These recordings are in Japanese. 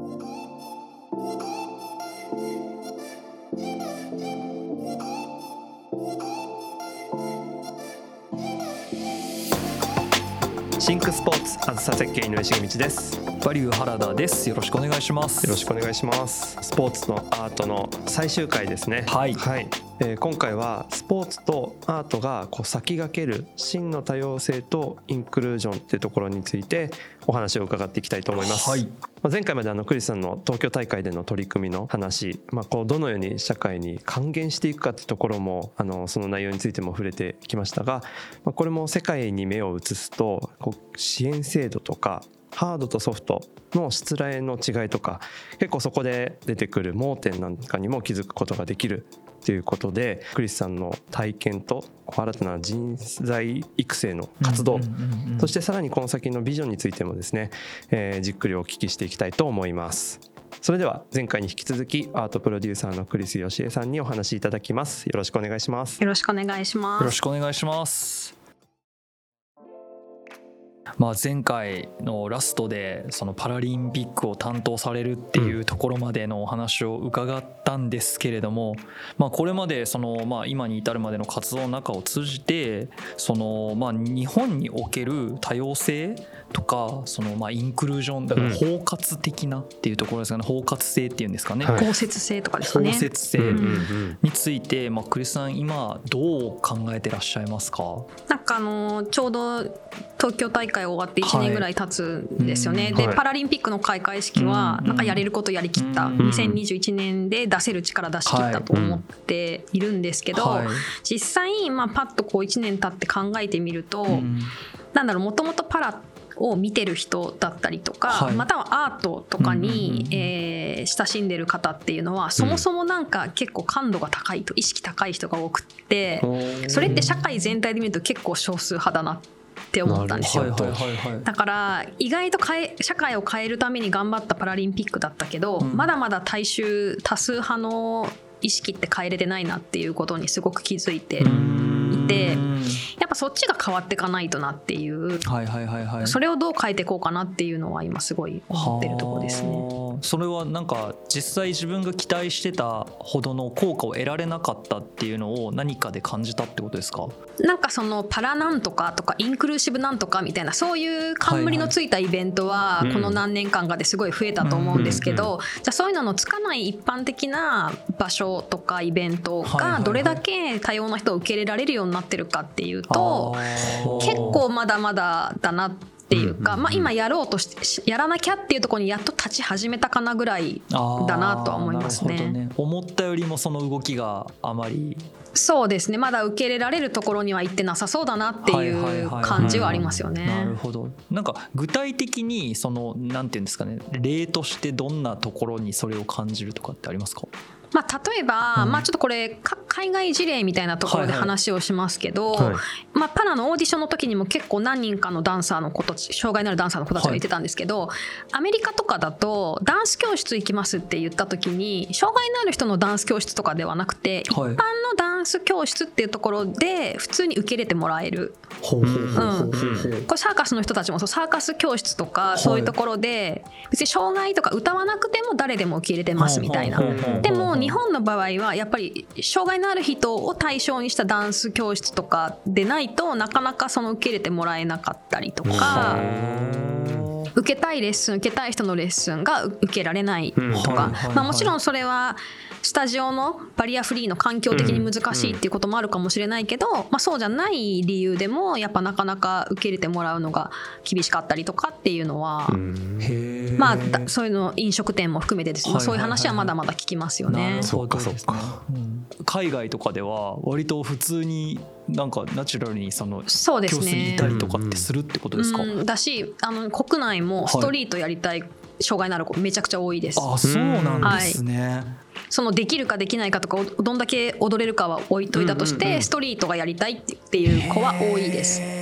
シンクスポーツあずさ設計井上重道です。 バリュー原田です。よろしくお願いします。 よろしくお願いします。スポーツのアートの最終回ですね。 はい、 今回はスポーツとアートが先駆ける真の多様性とインクルージョンっていうところについてお話を伺っていきたいと思います。前回までクリスさんの東京大会での取り組みの話、どのように社会に還元していくかってところもその内容についても触れてきましたが、これも世界に目を移すと支援制度とかハードとソフトのしつらえの違いとか、結構そこで出てくる盲点なんかにも気づくことができるということで、クリスさんの体験と新たな人材育成の活動、そしてさらにこの先のビジョンについてもですね、じっくりお聞きしていきたいと思います。それでは前回に引き続きアートプロデューサーのクリスよしえさんにお話しいただきます。よろしくお願いします。 よろしくお願いします。 よろしくお願いします。前回のラストでそのパラリンピックを担当されるっていうところまでのお話を伺ったんですけれども、これまで今に至るまでの活動の中を通じて日本における多様性とかインクルージョンだから包括的なっていうところですかね、包括性っていうんですかね、 包摂性とかですかね。 包摂性についてクリスさん今どう考えてらっしゃいますか？ ちょうど東京大会終わって1年ぐらい経つんですよね。でパラリンピックの開会式はやれることやりきった、2021年で出せる力出し切ったと思っているんですけど、実際パッと1年経って考えてみると、もともとパラを見てる人だったりとか、またはアートとかに親しんでる方っていうのはそもそも結構感度が高いと意識高い人が多くって、それって社会全体で見ると結構少数派だなって思ったんですよ。だから意外と社会を変えるために頑張ったパラリンピックだったけど、まだまだ多数派の意識って変えれてないなっていうことにすごく気づいていて、やっぱそっちが変わっていかないとなっていう、それをどう変えていこうかなっていうのは今すごい思ってるところですね。 それは実際自分が期待してたほどの効果を得られなかったっていうのを何かで感じたってことですか？ そのパラなんとかとかインクルーシブなんとかみたいな、そういう冠のついたイベントはこの何年間かですごい増えたと思うんですけど、じゃあそういうののつかない一般的な場所とかイベントがどれだけ多様な人を受け入れられるようになってるかっていうと、結構まだまだだなっていうか、今やろうとしてやらなきゃっていうところにやっと立ち始めたかなぐらいだなとは思いますね。 思ったよりもその動きがあまり、 そうですね、まだ受け入れられるところには行ってなさそうだなっていう感じはありますよね。 なるほど。具体的になんていうんですかね、例としてどんなところにそれを感じるとかってありますか？ 例えば、ちょっとこれ海外事例みたいなところで話をしますけど、パラのオーディションの時にも結構何人かのダンサーの子たち、障害のあるダンサーの子たちが言ってたんですけど、アメリカとかだとダンス教室行きますって言った時に障害のある人のダンス教室とかではなくて、一般のダンス教室っていうところで普通に受け入れてもらえる。これサーカスの人たちもサーカス教室とかそういうところで別に障害とか歌わなくても誰でも受け入れてますみたいな。でも日本の場合はやっぱり障害のある人を対象にしたダンス教室とかでないとなかなか受け入れてもらえなかったりとか、受けたいレッスン受けたい人のレッスンが受けられないとか、もちろんそれはスタジオのバリアフリーの環境的に難しいっていうこともあるかもしれないけど、そうじゃない理由でもやっぱなかなか受け入れてもらうのが厳しかったりとかっていうのは、そういうの飲食店も含めてですね、そういう話はまだまだ聞きますよね。 そうか。海外とかでは割と普通にナチュラルに教室にいたりとかってするってことですか？ だし国内もストリートやりたい障害のある子めちゃくちゃ多いです。 そうなんですね。 できるかできないかとかどんだけ踊れるかは置いといたとして、ストリートがやりたいっていう子は多いです。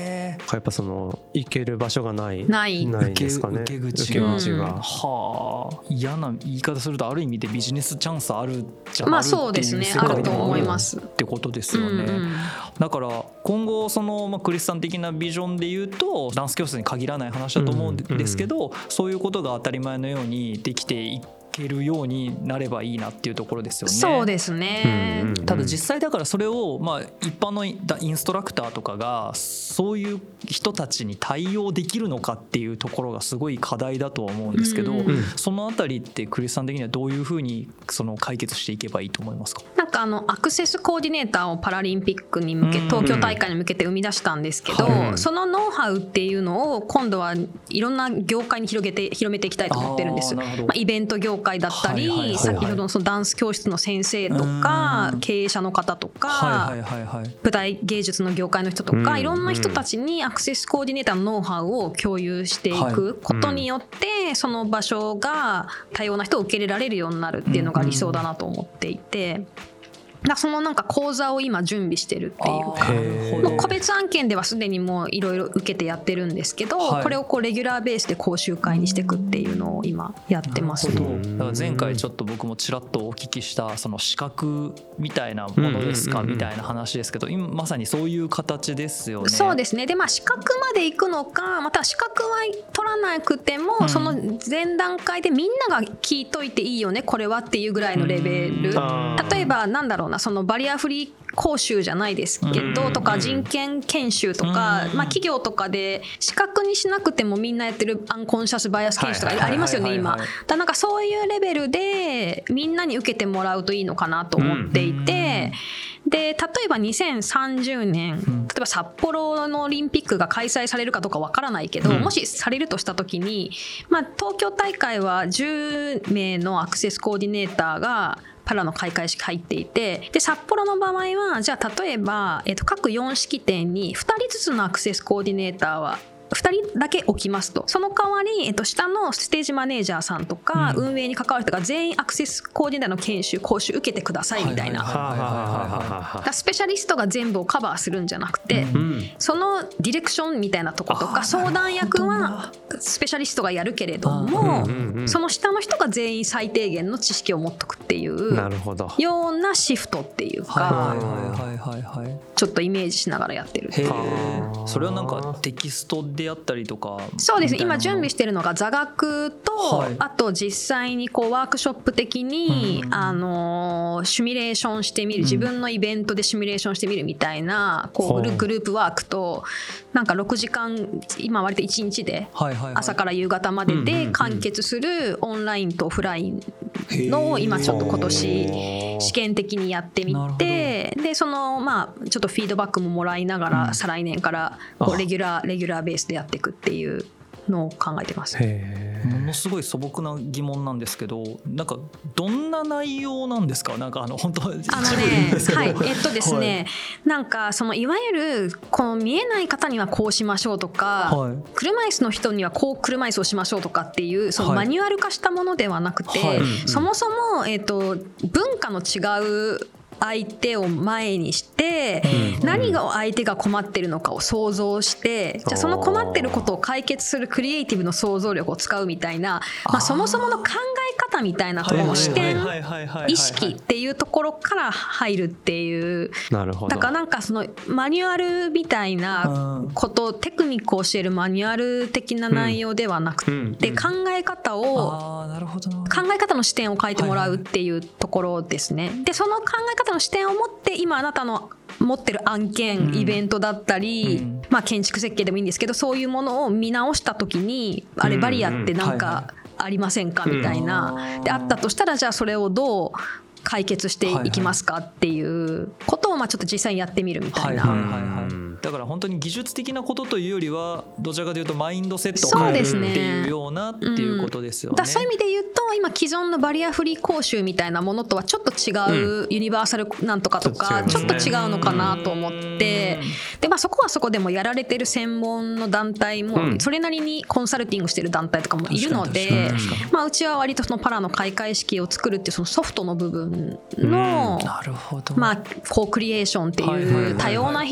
やっぱその行ける場所がないですかね。 受け口が、はあ、嫌な言い方するとある意味でビジネスチャンスあるじゃあるっていう世界でもあるってことですよね。だから今後そのクリスさん的なビジョンで言うとダンス教室に限らない話だと思うんですけど、そういうことが当たり前のようにできていけるようになればいいなっていうところですよね。 そうですね。 ただ実際だからそれを一般のインストラクターとかがそういう人たちに対応できるのかっていうところがすごい課題だとは思うんですけど、そのあたりってクリスさん的にはどういうふうにその解決していけばいいと思いますか？ なんかアクセスコーディネーターをパラリンピックに向け東京大会に向けて生み出したんですけど、そのノウハウっていうのを今度はいろんな業界に広めていきたいと思ってるんです。イベント業界だったり、先ほどのそのダンス教室の先生とか経営者の方とか舞台芸術の業界の人とかいろんな人たちにアクセスコーディネーターのノウハウを共有していくことによってその場所が多様な人を受け入れられるようになるっていうのが理想だなと思っていて、そのなんか講座を今準備してるっていうか、個別案件ではすでにもういろいろ受けてやってるんですけど、これをこうレギュラーベースで講習会にしていくっていうのを今やってますね。 だから前回ちょっと僕もちらっとお聞きしたその資格みたいなものですかみたいな話ですけど、今まさにそういう形ですよね。 そうですね。で資格まで行くのか、また資格は取らなくても、その前段階でみんなが聞いといていいよねこれはっていうぐらいのレベル、例えばなんだろうな、そのバリアフリー講習じゃないですけどとか人権研修とか、企業とかで資格にしなくてもみんなやってるアンコンシャスバイアス研修とかありますよね今。だなんかそういうレベルでみんなに受けてもらうといいのかなと思っていて、で例えば2030年例えば札幌のオリンピックが開催されるかどうかわからないけど、もしされるとした時に、東京大会は10名のアクセスコーディネーターがパラの開会式入っていて、で札幌の場合はじゃあ例えば、各4式典に2人ずつのアクセスコーディネーターは2人だけ置きますと、その代わり、下のステージマネージャーさんとか、運営に関わる人が全員アクセスコーディネーターの講習受けてくださいみたいな、スペシャリストが全部をカバーするんじゃなくて、そのディレクションみたいなとことか相談役はスペシャリストがやるけれども、その下の人が全員最低限の知識を持っとくっていうようなシフトっていうか、ちょっとイメージしながらやってる。 それはなんかテキストであったりとか。 そうですね、今準備してるのが座学と、あと実際にこうワークショップ的に、シミュレーションしてみる、自分のイベントでシミュレーションしてみるみたいなこうグループワークと、なんか6時間今割と1日で朝から夕方までで完結するオンラインとオフラインのを今ちょっと今年試験的にやってみて、でそのちょっとフィードバックももらいながら、再来年からこうレギュラーベースでやっていくっていうのを考えてます。 ものすごい素朴な疑問なんですけど、なんかどんな内容なんですか？なんか本当ですね、なんかそのいわゆるこの見えない方にはこうしましょうとか、車椅子の人にはこう車椅子をしましょうとかっていうそのマニュアル化したものではなくて、そもそも文化の違う相手を前にして何が相手が困ってるのかを想像して、じゃあその困ってることを解決するクリエイティブの想像力を使うみたいな、そもそもの考え方みたいなところの視点、意識っていうところから入るっていう。だからなんかそのマニュアルみたいなこと、テクニックを教えるマニュアル的な内容ではなくて、考え方の視点を変えてもらうっていうところですね。でその考え方の視点を持って今あなたの持ってる案件、イベントだったり、建築設計でもいいんですけど、そういうものを見直した時にあれバリアってなんかありませんかみたいな、であったとしたらじゃあそれをどう解決していきますかっていうことをちょっと実際にやってみるみたいな。 だから本当に技術的なことというよりはどちらかというとマインドセットを変えるっていうようなっていうことですよね。 そういう意味で言うと今既存のバリアフリー講習みたいなものとはちょっと違う、ユニバーサルなんとかとかちょっと違うのかなと思って、でそこはそこでもやられてる専門の団体もそれなりにコンサルティングしてる団体とかもいるので、うちは割とそのパラの開会式を作るっていうそのソフトの部分のコークリエーションっていう多様な人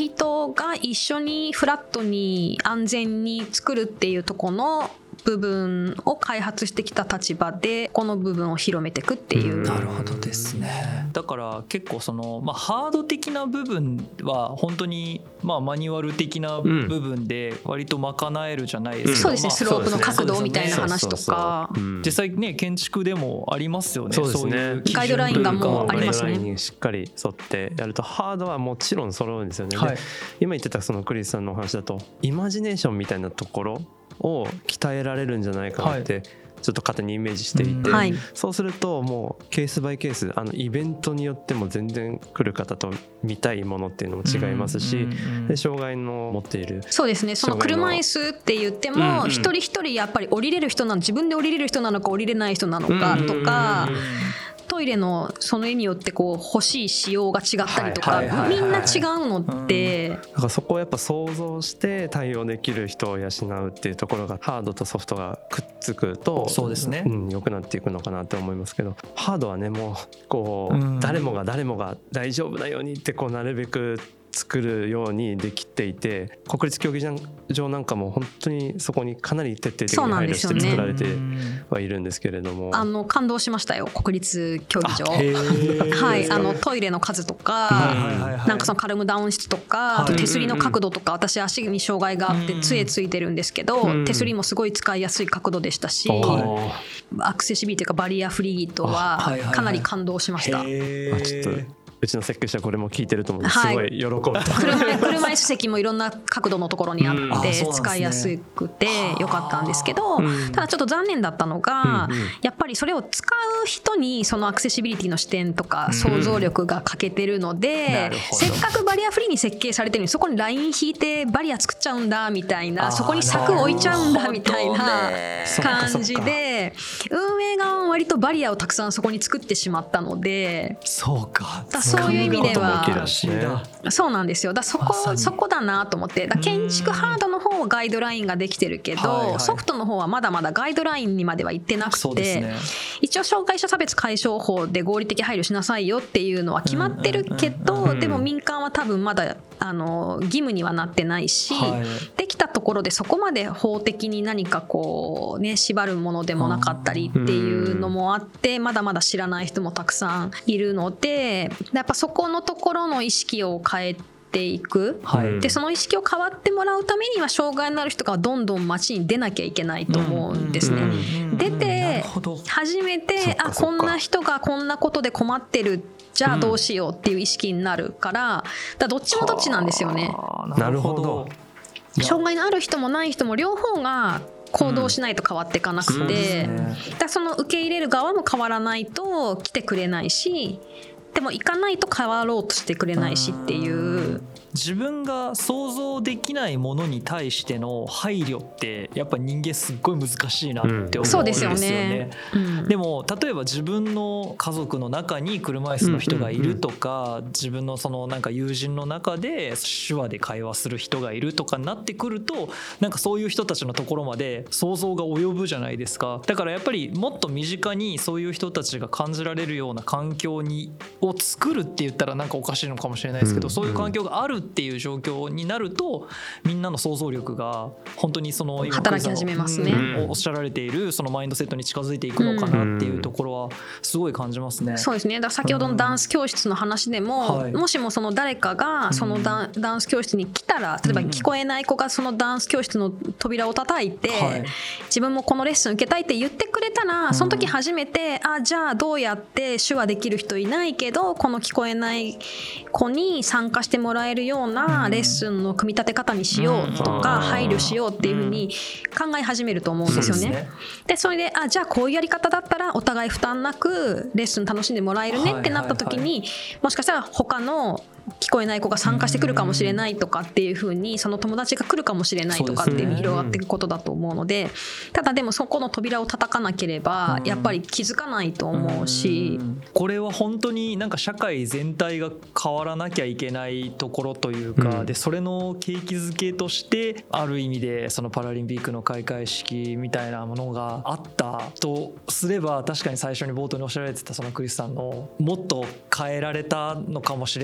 人が一緒にフラットに安全に作るっていうところの部分を開発してきた立場でこの部分を広めていくっていう、 なるほどですね。だから結構その、ハード的な部分は本当にマニュアル的な部分で割と賄えるじゃないですか、 そうですね、スロープの角度みたいな話とか実際ね建築でもありますよね。 そうですね、 いうガイドラインがもうありますね。 ガイドラインにしっかり沿ってやるとハードはもちろん揃うんですよね、 はい、 で今言ってたそのクリスさんのお話だとイマジネーションみたいなところを鍛えられるんじゃないかなってちょっと勝手にイメージしていて、 はい、 そうするともうケースバイケースイベントによっても全然来る方と見たいものっていうのも違いますし、で障害の持っているそうですね、その車椅子って言っても一人一人やっぱり降りれる人なの、自分で降りれる人なのか降りれない人なのかとか、トイレのその絵によってこう欲しい仕様が違ったりとか、みんな違うのって、 だからそこをやっぱ想像して対応できる人を養うっていうところがハードとソフトがくっつくとそうですね、 良くなっていくのかなって思いますけど、ハードはねもうこう誰もが大丈夫なようにってこうなるべく作るようにできていて、国立競技場なんかも本当にそこにかなり徹底的に配慮して作られてはいるんですけれども、 感動しましたよ国立競技場。はい、トイレの数とか、なんかそのカルムダウン室とか、あと手すりの角度とか、私足に障害があって杖ついてるんですけど、手すりもすごい使いやすい角度でしたし、アクセシビリティというかバリアフリーとはかなり感動しました。 ちょっとうちの設計士はこれも聞いてると思うんですごい喜ぶと、 車椅子席もいろんな角度のところにあって使いやすくてよかったんですけど、ただちょっと残念だったのが、やっぱりそれを使う人にそのアクセシビリティの視点とか想像力が欠けてるので、せっかくバリアフリーに設計されてるのにそこにライン引いてバリア作っちゃうんだみたいな、そこに柵置いちゃうんだみたいな感じで、運営側は割とバリアをたくさんそこに作ってしまったので、そういう意味ではそうなんですよ。そこだなと思って、建築ハードの方はガイドラインができてるけど、ソフトの方はまだまだガイドラインにまでは行ってなくて、一応障害者差別解消法で合理的配慮しなさいよっていうのは決まってるけど、でも民間は多分まだ義務にはなってないし、できたところでそこまで法的に何かこうね縛るものでもなかったりっていうのもあって、まだまだ知らない人もたくさんいるので、やっぱそこのところの意識を変えていく、でその意識を変わってもらうためには障害のある人がどんどん街に出なきゃいけないと思うんですね。出て初めてこんな人がこんなことで困ってる、じゃあどうしようっていう意識になるから、どっちもどっちなんですよね。 なるほど。 障害のある人もない人も両方が行動しないと変わっていかなくて、その受け入れる側も変わらないと来てくれないし、でも行かないと変わろうとしてくれないしっていう、 自分が想像できないものに対しての配慮ってやっぱ人間すっごい難しいなって思うんですよね。そうですよね。でも例えば自分の家族の中に車椅子の人がいるとか、自分のそのなんか友人の中で手話で会話する人がいるとかになってくると、なんかそういう人たちのところまで想像が及ぶじゃないですか。だからやっぱりもっと身近にそういう人たちが感じられるような環境を作るって言ったらなんかおかしいのかもしれないですけど、そういう環境があるっていう状況になると、みんなの想像力が本当にその今働き始めますね。 おっしゃられているそのマインドセットに近づいていくのかなっていうところはすごい感じますね。 そうですね。だから先ほどのダンス教室の話でも、もしもその誰かがそのダンス教室に来たら、例えば聞こえない子がそのダンス教室の扉を叩いて、自分もこのレッスン受けたいって言ってくれたら、その時初めてじゃあどうやって手話できる人いないけどこの聞こえない子に参加してもらえるようなレッスンの組み立て方にしようとか配慮しようっていうふうに考え始めると思うんですよね。でそれでじゃあこういうやり方だったらお互い負担なくレッスン楽しんでもらえるねってなった時に、もしかしたら他の聞こえない子が参加してくるかもしれないとかっていう風に、その友達が来るかもしれないとかっていう広がっていくことだと思うので、ただでもそこの扉を叩かなければやっぱり気づかないと思うし、 これは本当になんか社会全体が変わらなきゃいけないところというか、でそれの景気づけとしてある意味でそのパラリンピックの開会式みたいなものがあったとすれば、確かに最初に冒頭におっしゃられてたそのクリスさんのもっと変えられたのかもしれないなみ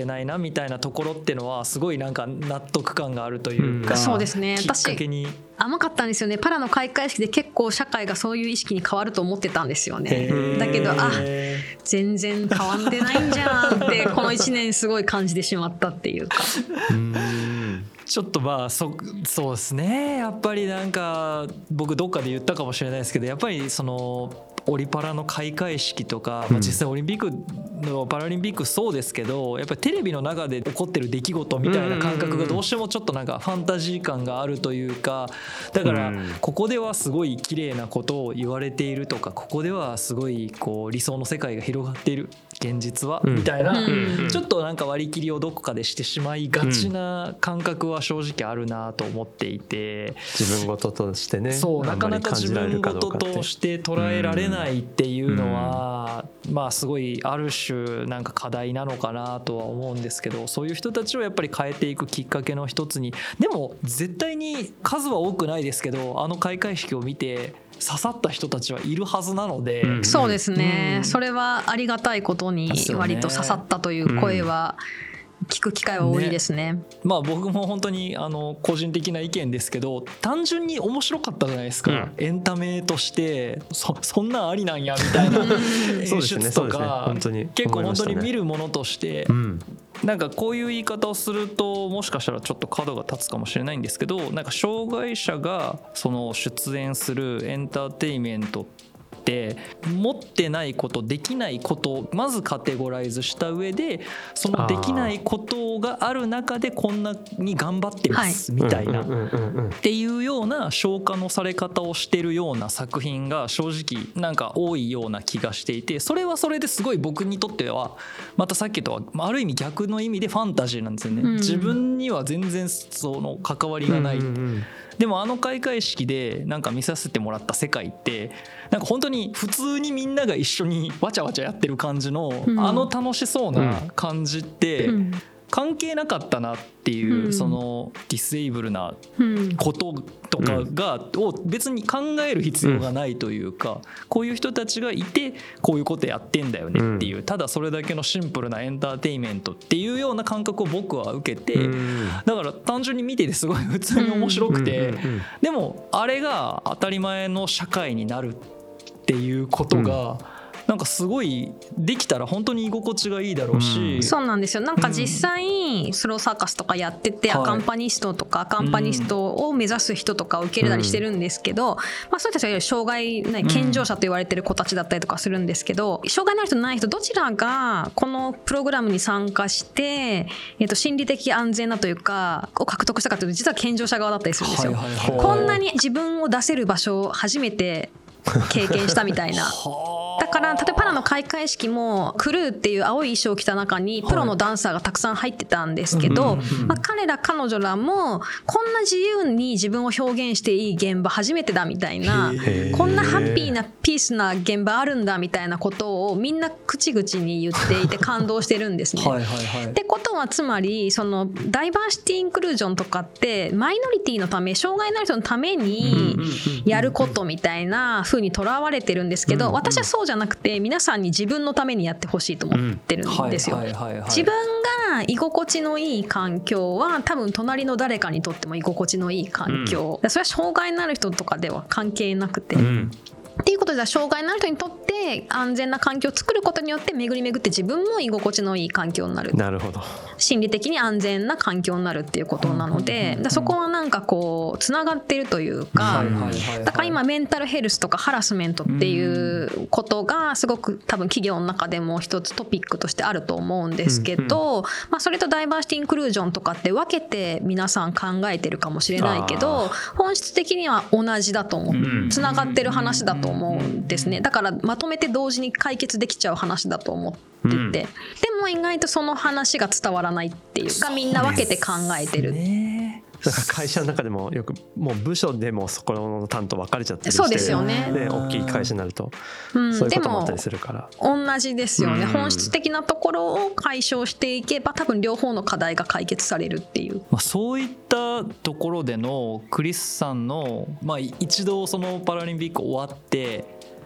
みたいなところっていうのはすごいなんか納得感があるというか、 そうですね、 きっかけに甘かったんですよね。パラの開会式で結構社会がそういう意識に変わると思ってたんですよね。だけど全然変わってないんじゃんってこの1年すごい感じてしまったっていうかちょっとまあそうですね。やっぱりなんか僕どっかで言ったかもしれないですけど、やっぱりそのオリパラの開会式とか、実際オリンピックのパラリンピックそうですけど、やっぱりテレビの中で起こってる出来事みたいな感覚がどうしてもちょっとなんかファンタジー感があるというか、だからここではすごい綺麗なことを言われているとか、ここではすごいこう理想の世界が広がっている、現実はみたいな、ちょっとなんか割り切りをどこかでしてしまいがちな感覚は正直あるなと思っていて、 自分事としてね、 そうなかなか自分事として捉えられないっていうのは、まあすごいある種なんか課題なのかなとは思うんですけど、そういう人たちをやっぱり変えていくきっかけの一つに、でも絶対に数は多くないですけど、あの開会式を見て刺さった人たちはいるはずなので、 そうですね、それはありがたいことに割と刺さったという声は聞く機会は多いですね。 まあ僕も本当に個人的な意見ですけど、単純に面白かったじゃないですか、エンタメとしてそんなんありなんやみたいな演出とか、結構本当に見るものとしてなんかこういう言い方をするともしかしたらちょっと角が立つかもしれないんですけど、なんか障害者がその出演するエンターテインメントって持ってないこと、できないことをまずカテゴライズした上で、そのできないことがある中でこんなに頑張ってますみたいなっていうような消化のされ方をしてるような作品が正直なんか多いような気がしていて、それはそれですごい僕にとってはまたさっきとはある意味逆の意味でファンタジーなんですよね。自分には全然その関わりがない。でもあの開会式でなんか見させてもらった世界ってなんか本当に普通にみんなが一緒にわちゃわちゃやってる感じのあの楽しそうな感じって関係なかったなっていう、そのディセーブルなこととかを別に考える必要がないというか、こういう人たちがいてこういうことやってんだよねっていう、ただそれだけのシンプルなエンターテインメントっていうような感覚を僕は受けて、だから単純に見ててすごい普通に面白くて、でもあれが当たり前の社会になるっていうことがなんかすごいできたら本当に居心地がいいだろうし、 そうなんですよ。なんか実際スローサーカスとかやってて、アカンパニストとかアカンパニストを目指す人とかを受け入れたりしてるんですけど、まあそういった人は障害ない健常者と言われてる子たちだったりとかするんですけど、障害のある人ない人どちらがこのプログラムに参加して心理的安全なというかを獲得したかというと、実は健常者側だったりするんですよ。こんなに自分を出せる場所を初めて経験したみたいなだから例えばパラの開会式もクルーっていう青い衣装を着た中にプロのダンサーがたくさん入ってたんですけど、まあ、彼女らもこんな自由に自分を表現していい現場初めてだみたいな、こんなハッピーなピースな現場あるんだみたいなことをみんな口々に言っていて感動してるんですね。ってことはつまりそのダイバーシティインクルージョンとかってマイノリティのため、障害のある人のためにやることみたいな風にとらわれてるんですけど、私はそうじゃなくて皆さんに自分のためにやってほしいと思ってるんですよ。自分が居心地のいい環境は多分隣の誰かにとっても居心地のいい環境、それは障害のある人とかでは関係なくて、っていうことで障害のある人にとって安全な環境を作ることによって巡り巡って自分も居心地のいい環境になる。 なるほど。 心理的に安全な環境になるっていうことなので、そこはなんかこうつながってるというか、だから今メンタルヘルスとかハラスメントっていうことがすごく多分企業の中でも一つトピックとしてあると思うんですけど、まあそれとダイバーシティインクルージョンとかって分けて皆さん考えてるかもしれないけど、本質的には同じだと思う、つながってる話だと思うんですね。だからまとめて同時に解決できちゃう話だと思ってて、でも意外とその話が伝わらないっていうか、みんな分けて考えてる。 だから会社の中でもよくもう部署でもそこの担当分かれちゃったりして、 そうですよね。 大きい会社になると、そういうこともあったりするから、 同じですよね。本質的なところを解消していけば多分両方の課題が解決されるっていう、 そういったところでのクリスさんの、一度そのパラリンピック終わって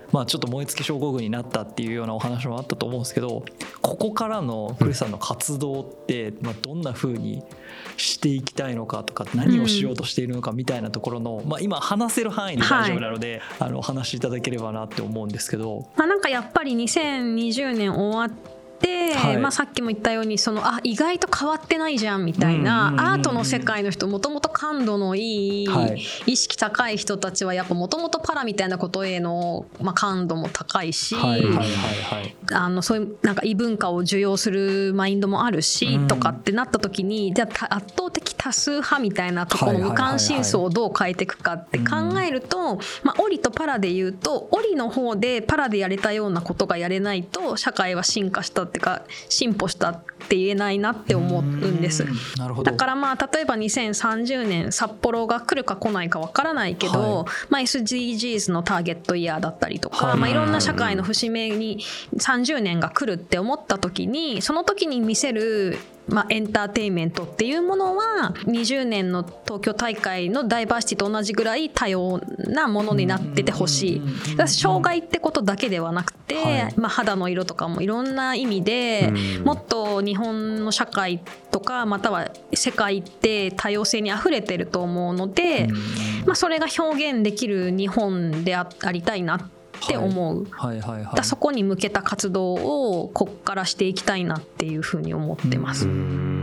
ちょっと燃え尽き症候群になったっていうようなお話もあったと思うんですけど、ここからのクリスさんの活動ってどんな風にしていきたいのかとか、何をしようとしているのかみたいなところの、今話せる範囲で大丈夫なので、お話しいただければなって思うんですけど、 なんかやっぱり2020年終わってさっきも言ったように意外と変わってないじゃんみたいな、アートの世界の人もともと感度のいい、意識高い人たちはやっぱもともとパラみたいなことへの、感度も高いし、そういうなんか異文化を受容するマインドもあるし、とかってなった時に、じゃあ圧倒的多数派みたいなところの無関心層をどう変えていくかって考えると、オリとパラで言うと、オリの方でパラでやれたようなことがやれないと社会は進化したっていうか進歩したって言えないなって思うんです。だから例えば2030年札幌が来るか来ないかわからないけど、SDGs のターゲットイヤーだったりとか、いろんな社会の節目に30年が来るって思った時に、その時に見せるエンターテインメントっていうものは20年の東京大会のダイバーシティと同じぐらい多様なものになっててほしい。だから障害ってことだけではなくて、肌の色とかもいろんな意味でもっと日本の社会とかまたは世界って多様性にあふれてると思うので、それが表現できる日本でありたいなって思う。だそこに向けた活動をこっからしていきたいなっていうふうに思ってます。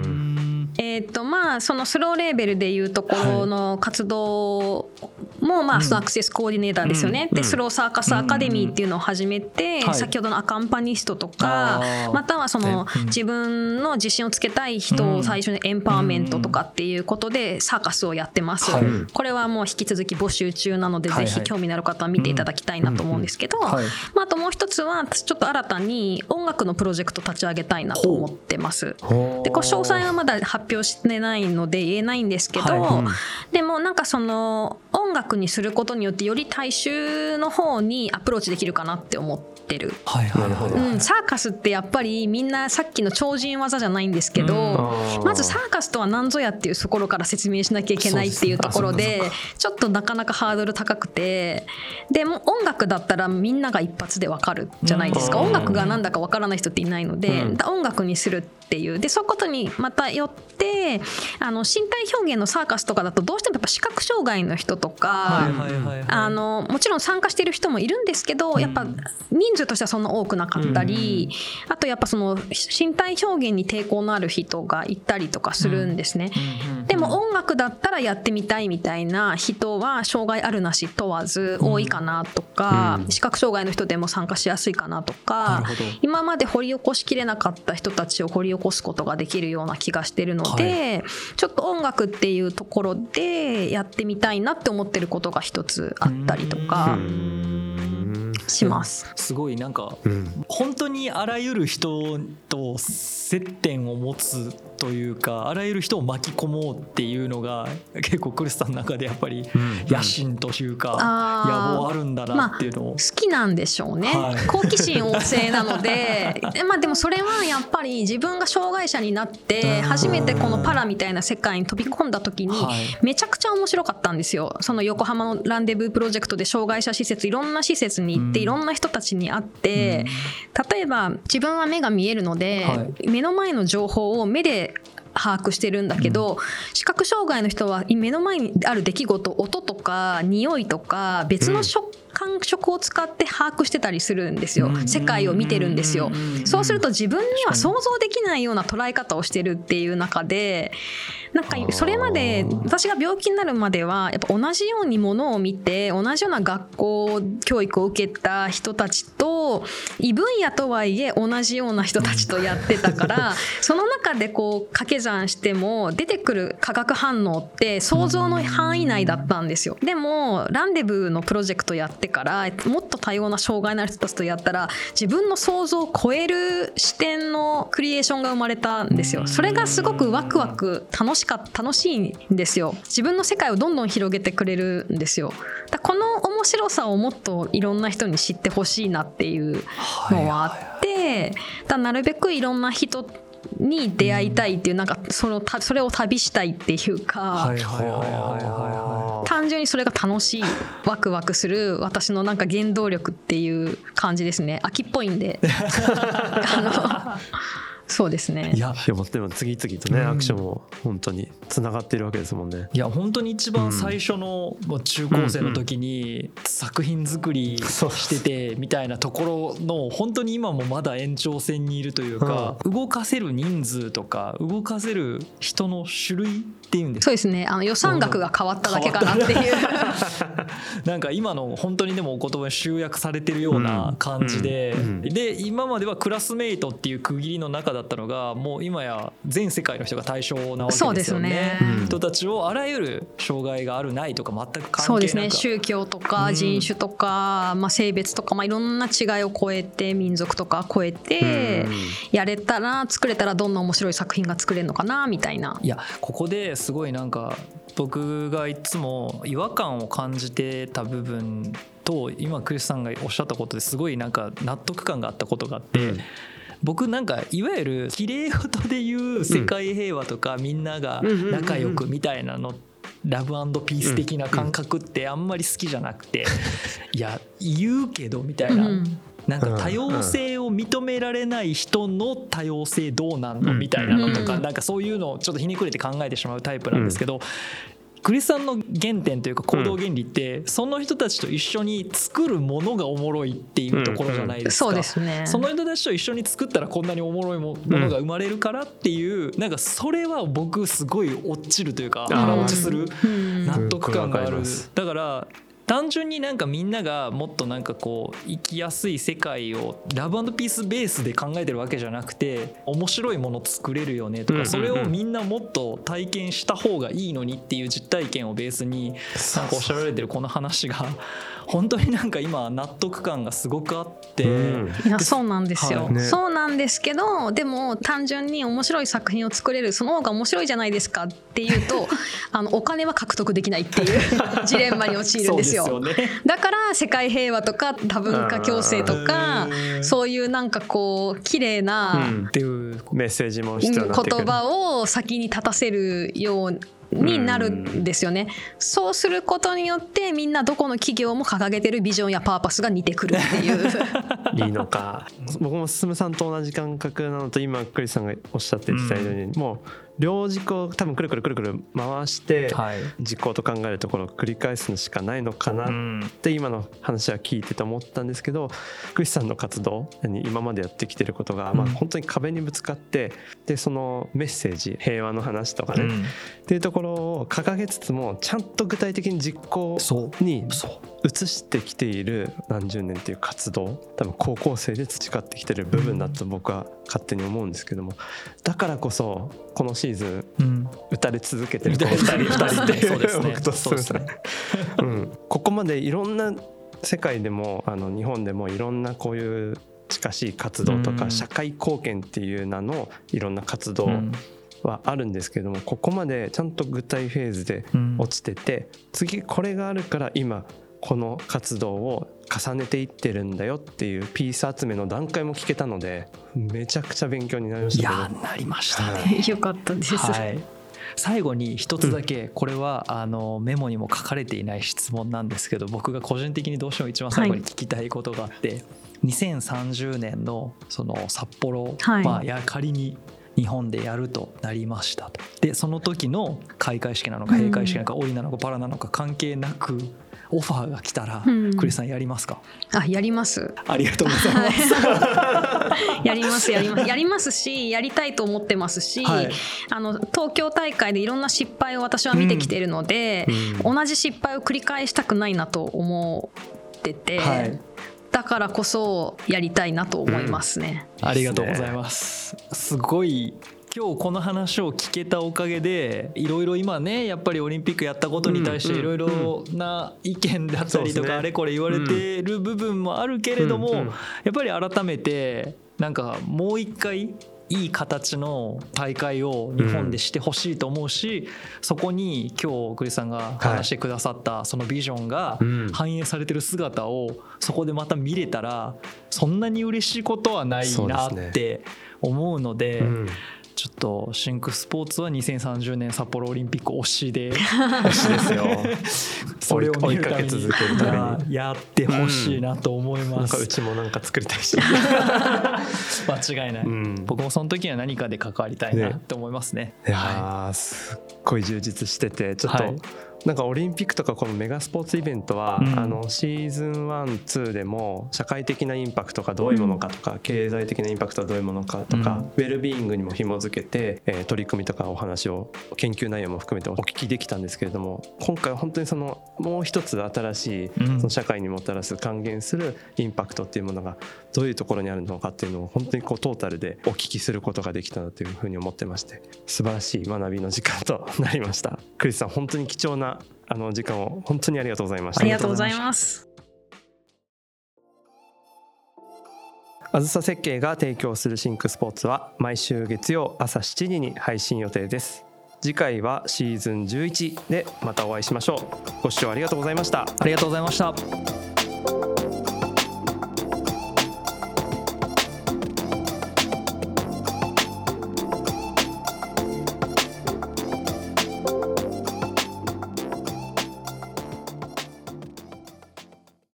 そのスローレーベルでいうところの活動もそのアクセスコーディネーターですよね。でスローサーカスアカデミーっていうのを始めて、先ほどのアカンパニストとかまたはその自分の自信をつけたい人を最初にエンパワーメントとかっていうことでサーカスをやってます。これはもう引き続き募集中なので、ぜひ興味のある方は見ていただきたいなと思うんですけど、あともう一つはちょっと新たに音楽のプロジェクト立ち上げたいなと思ってます。で詳細はまだ発表してないので言えないんですけど、でもなんかその音楽にすることによってより大衆の方にアプローチできるかなって思ってる。サーカスってやっぱりみんなさっきの超人技じゃないんですけど、まずサーカスとは何ぞやっていうところから説明しなきゃいけないっていうところでちょっとなかなかハードル高くて、でも音楽だったらみんなが一発で分かるじゃないですか。音楽が何だか分からない人っていないので、音楽にするっていうで、そういうことにまたよって身体表現のサーカスとかだとどうしてもやっぱ視覚障害の人とかもちろん参加している人もいるんですけど、やっぱ人数としてはそんな多くなかったり、あとやっぱその身体表現に抵抗のある人がいたりとかするんですね。でも音楽だったらやってみたいみたいな人は障害あるなし問わず多いかなとか、視覚障害の人でも参加しやすいかなとか、今まで掘り起こしきれなかった人たちを掘り起こすことができるような気がしてるので、ちょっと音楽っていうところでやってみたいなって思ってることが一つあったりとかします。 すごいなんか、本当にあらゆる人と接点を持つというか、あらゆる人を巻き込もうっていうのが結構クリスさんの中でやっぱり野心というか野望あるんだなっていうのを、 好きなんでしょうね。好奇心旺盛なのででもそれはやっぱり自分が障害者になって初めてこのパラみたいな世界に飛び込んだ時にめちゃくちゃ面白かったんですよ。その横浜のランデブープロジェクトで障害者施設、いろんな施設に行っていろんな人たちに会って、例えば自分は目が見えるので、目の前の情報を目で把握してるんだけど、視覚障害の人は目の前にある出来事、音とか匂いとか別の感触を使って把握してたりするんですよ。世界を見てるんですよ。そうすると自分には想像できないような捉え方をしてるっていう中で、なんかそれまで私が病気になるまではやっぱ同じようにものを見て同じような学校教育を受けた人たちと異分野とはいえ同じような人たちとやってたからその中でこう掛け算しても出てくる化学反応って想像の範囲内だったんですよ。でもランデブーのプロジェクトやってからもっと多様な障害のある人たちとやったら自分の想像を超える視点のクリエーションが生まれたんですよ。それがすごくワクワク楽しいんですよ。自分の世界をどんどん広げてくれるんですよ。だこの面白さをもっといろんな人に知ってほしいなっていうのはあって、なるべくいろんな人に出会いたいっていう、なんかそれを旅したいっていうか、単単純にそれが楽しい、ワクワクする私のなんか原動力っていう感じですね。秋っぽいんでそうですね。 いやでも次々とね、アクションも本当につながっているわけですもんね。 いや本当に一番最初の中高生の時に作品作りしててみたいなところの本当に今もまだ延長線にいるというか、動かせる人数とか動かせる人の種類っていうんですか。 そうですね、予算額が変わっただけかなっていうなんか今の本当にでもお言葉に集約されてるような感じで、で今まではクラスメイトっていう区切りの中だったのがもう今や全世界の人が対象なわけですよね。人たちをあらゆる障害があるないとか全く関係なく、 そうですね、宗教とか人種とか、性別とか、いろんな違いを超えて、民族とか超えてやれたら作れたらどんな面白い作品が作れるのかなみたいな。 いやここですごいなんか僕がいつも違和感を感じてた部分と今クリスさんがおっしゃったことですごいなんか納得感があったことがあって、僕なんかいわゆる綺麗事でいう世界平和とかみんなが仲良くみたいなの、ラブ&ピース的な感覚ってあんまり好きじゃなくて、いや言うけどみたいな、なんか多様性を認められない人の多様性どうなんのみたいなのとか、なんかそういうのをちょっとひねくれて考えてしまうタイプなんですけど、クリスさんの原点というか行動原理ってその人たちと一緒に作るものがおもろいっていうところじゃないですか。 そうですね。 その人たちと一緒に作ったらこんなにおもろいものが生まれるからっていう、なんかそれは僕すごい落ちるというか腹落ちする納得感がある。だから単純になんかみんながもっとなんかこう生きやすい世界をラブ&ピースベースで考えてるわけじゃなくて、面白いもの作れるよねとか、それをみんなもっと体験した方がいいのにっていう実体験をベースになんかおっしゃられてるこの話が本当になんか今納得感がすごくあって、 いやそうなんですよ、そうなんですけど、でも単純に面白い作品を作れる、その方が面白いじゃないですかっていうとお金は獲得できないっていうジレンマに陥るんですよ。だから世界平和とか多文化共生とかそういうなんかこう綺麗なメッセージも必要になってくる言葉を先に立たせるようになるんですよね。そうすることによってみんなどこの企業も掲げてるビジョンやパーパスが似てくるっていういいのか。僕も進さんと同じ感覚なのと、今クリスさんがおっしゃってきたように、もう両軸を多分くるくるくるくる回して実行と考えるところを繰り返すのしかないのかなって今の話は聞いてて思ったんですけど、クリスさんの活動今までやってきてることが本当に壁にぶつかって、でそのメッセージ、平和の話とかねっていうところを掲げつつもちゃんと具体的に実行に移してきている何十年っていう活動、多分高校生で培ってきてる部分だと僕は勝手に思うんですけども、だからこそこのシーズン打たれ続けてるこの2人っていう僕と進さん、ここまでいろんな世界でも日本でもいろんなこういう近しい活動とか社会貢献っていう名のいろんな活動はあるんですけども、ここまでちゃんと具体フェーズで落ちてて、次これがあるから今この活動を重ねていってるんだよっていうピース集めの段階も聞けたので、めちゃくちゃ勉強になりました。 いやなりましたね、 よかったです、 最後に一つだけ、これはメモにも書かれていない質問なんですけど、僕が個人的にどうしても一番最後に聞きたいことがあって、2030年のその札幌、仮に日本でやるとなりましたと。でその時の開会式なのか閉会式なのかオリなのかパラなのか関係なくオファーが来たら、クリスさんやりますか？ やります。 ありがとうございます。 やりますし、やりたいと思ってますし、東京大会でいろんな失敗を私は見てきているので、同じ失敗を繰り返したくないなと思ってて、だからこそやりたいなと思いますね。 ありがとうございます。すごい今日この話を聞けたおかげで、いろいろ今ねやっぱりオリンピックやったことに対していろいろな意見だったりとかあれこれ言われてる部分もあるけれども、やっぱり改めてなんかもう一回いい形の大会を日本でしてほしいと思うし、そこに今日クリスさんが話してくださったそのビジョンが反映されてる姿をそこでまた見れたらそんなに嬉しいことはないなって思うので、 ちょっとシンクスポーツは2030年札幌オリンピック推しで推しですよそれを見るために追いかけ続けるためにやってほしいなと思います、 なんかうちもなんか作りたいし間違いない、僕もその時は何かで関わりたいなって思いますね。 いやすっごい充実しててちょっと、なんかオリンピックとかこのメガスポーツイベントは、シーズン1、2でも社会的なインパクトがどういうものかとか、経済的なインパクトはどういうものかとか、ウェルビーイングにも紐づけて、取り組みとかお話を研究内容も含めてお聞きできたんですけれども、今回は本当にそのもう一つ新しいその社会にもたらす還元するインパクトっていうものがどういうところにあるのかっていうのを本当にこうトータルでお聞きすることができたなというふうに思ってまして、素晴らしい学びの時間となりました。クリスさん本当に貴重な時間を本当にありがとうございました。 ありがとうございます。 あずさ設計が提供するシンクスポーツは毎週月曜朝7時に配信予定です。次回はシーズン11でまたお会いしましょう。ご視聴ありがとうございました。 ありがとうございました。